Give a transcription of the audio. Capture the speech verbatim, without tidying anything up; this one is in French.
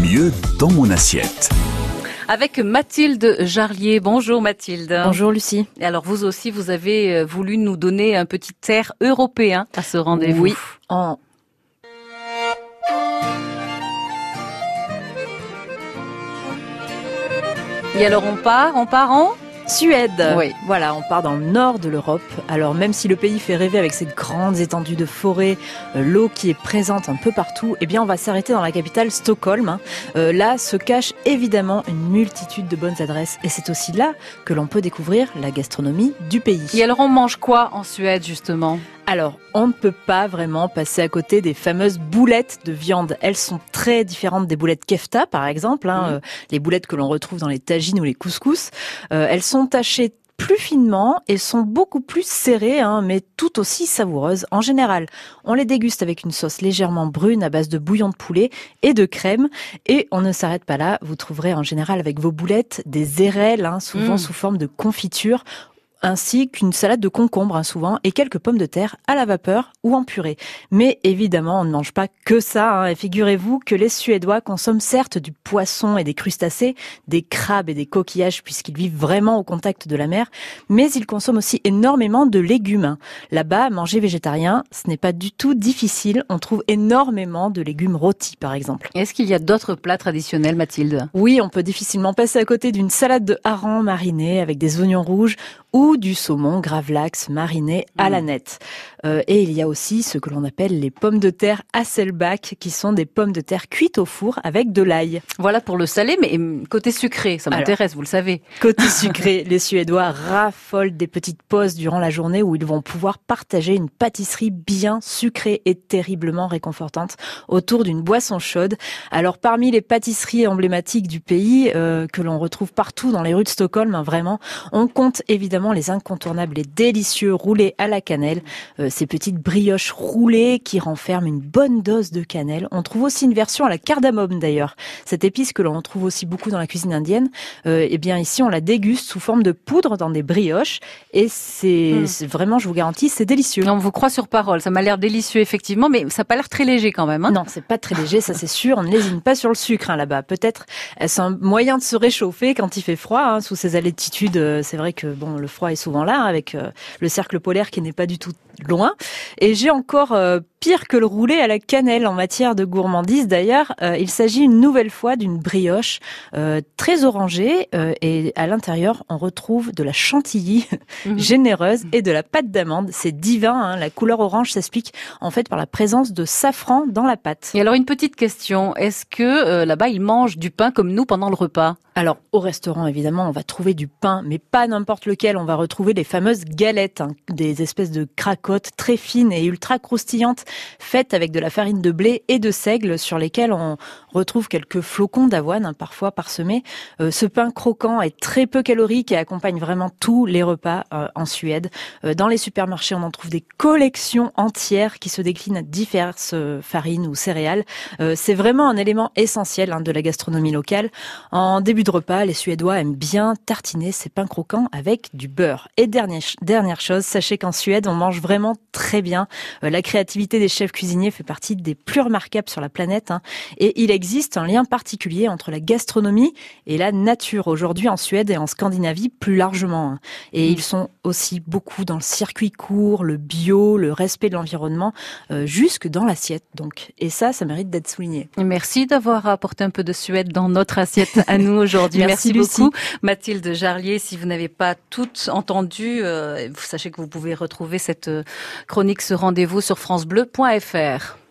Mieux dans mon assiette. Avec Mathilde Jarlier. Bonjour Mathilde. Bonjour Lucie. Et alors vous aussi, vous avez voulu nous donner un petit air européen à ce rendez-vous. Oui. En... Et alors on part, on part en Suède. Oui. Voilà, on part dans le nord de l'Europe. Alors même si le pays fait rêver avec ses grandes étendues de forêt, euh, l'eau qui est présente un peu partout, eh bien on va s'arrêter dans la capitale Stockholm. Hein. Euh, là se cache évidemment une multitude de bonnes adresses et c'est aussi là que l'on peut découvrir la gastronomie du pays. Et alors on mange quoi en Suède justement ? Alors, on ne peut pas vraiment passer à côté des fameuses boulettes de viande. Elles sont très différentes des boulettes kefta, par exemple, hein, mmh. euh, les boulettes que l'on retrouve dans les tagines ou les couscous. Euh, elles sont tachées plus finement et sont beaucoup plus serrées, hein, mais tout aussi savoureuses. En général, on les déguste avec une sauce légèrement brune à base de bouillon de poulet et de crème. Et on ne s'arrête pas là. Vous trouverez en général avec vos boulettes des érelles, hein, souvent mmh. sous forme de confiture, ainsi qu'une salade de concombre, hein, souvent, et quelques pommes de terre à la vapeur ou en purée. Mais évidemment, on ne mange pas que ça. Hein, et figurez-vous que les Suédois consomment certes du poisson et des crustacés, des crabes et des coquillages, puisqu'ils vivent vraiment au contact de la mer, mais ils consomment aussi énormément de légumes. Hein. Là-bas, manger végétarien, ce n'est pas du tout difficile. On trouve énormément de légumes rôtis, par exemple. Est-ce qu'il y a d'autres plats traditionnels, Mathilde ? Oui, on peut difficilement passer à côté d'une salade de hareng marinée avec des oignons rouges ou du saumon gravlax mariné à la nette. Euh, et il y a aussi ce que l'on appelle les pommes de terre Hasselback, qui sont des pommes de terre cuites au four avec de l'ail. Voilà pour le salé, mais côté sucré, ça m'intéresse, Alors, vous le savez. Côté sucré, les Suédois raffolent des petites pauses durant la journée où ils vont pouvoir partager une pâtisserie bien sucrée et terriblement réconfortante autour d'une boisson chaude. Alors parmi les pâtisseries emblématiques du pays, euh, que l'on retrouve partout dans les rues de Stockholm, hein, vraiment, on compte évidemment les incontournables et délicieux roulés à la cannelle, euh, ces petites brioches roulées qui renferment une bonne dose de cannelle. On trouve aussi une version à la cardamome d'ailleurs, cette épice que l'on trouve aussi beaucoup dans la cuisine indienne. Euh, et bien ici on la déguste sous forme de poudre dans des brioches et c'est, mmh. c'est vraiment, je vous garantis, c'est délicieux. On vous croit sur parole, ça m'a l'air délicieux effectivement, mais ça n'a pas l'air très léger quand même. Hein non, c'est pas très léger, ça c'est sûr. On ne lésine pas sur le sucre hein, là-bas. Peut-être c'est un moyen de se réchauffer quand il fait froid hein, sous ces altitudes. C'est vrai que bon, le froid est souvent là avec euh, le cercle polaire qui n'est pas du tout loin. Et j'ai encore euh, pire que le roulé à la cannelle en matière de gourmandise. D'ailleurs, euh, il s'agit une nouvelle fois d'une brioche euh, très orangée euh, et à l'intérieur, on retrouve de la chantilly mmh. généreuse et de la pâte d'amande. C'est divin, hein. La couleur orange s'explique en fait par la présence de safran dans la pâte. Et alors une petite question, est-ce que euh, là-bas ils mangent du pain comme nous pendant le repas ? Alors, au restaurant, évidemment, on va trouver du pain, mais pas n'importe lequel. On va retrouver les fameuses galettes, hein, des espèces de cracottes très fines et ultra croustillantes, faites avec de la farine de blé et de seigle, sur lesquelles on retrouve quelques flocons d'avoine, hein, parfois parsemés. Euh, ce pain croquant est très peu calorique et accompagne vraiment tous les repas euh, en Suède. Euh, dans les supermarchés, on en trouve des collections entières qui se déclinent à diverses euh, farines ou céréales. Euh, c'est vraiment un élément essentiel hein, de la gastronomie locale. En début de repas, les Suédois aiment bien tartiner ces pains croquants avec du beurre. Et dernière, dernière chose, sachez qu'en Suède, on mange vraiment très bien. Euh, la créativité des chefs cuisiniers fait partie des plus remarquables sur la planète. Hein, et il existe un lien particulier entre la gastronomie et la nature aujourd'hui en Suède et en Scandinavie plus largement. Hein. Et mmh. ils sont aussi beaucoup dans le circuit court, le bio, le respect de l'environnement, euh, jusque dans l'assiette. Donc, et ça, ça mérite d'être souligné. Merci d'avoir apporté un peu de Suède dans notre assiette à nous aujourd'hui. Merci, Merci beaucoup Mathilde Jarlier. Si vous n'avez pas tout entendu, euh, sachez que vous pouvez retrouver cette chronique, ce rendez-vous sur francebleu point fr.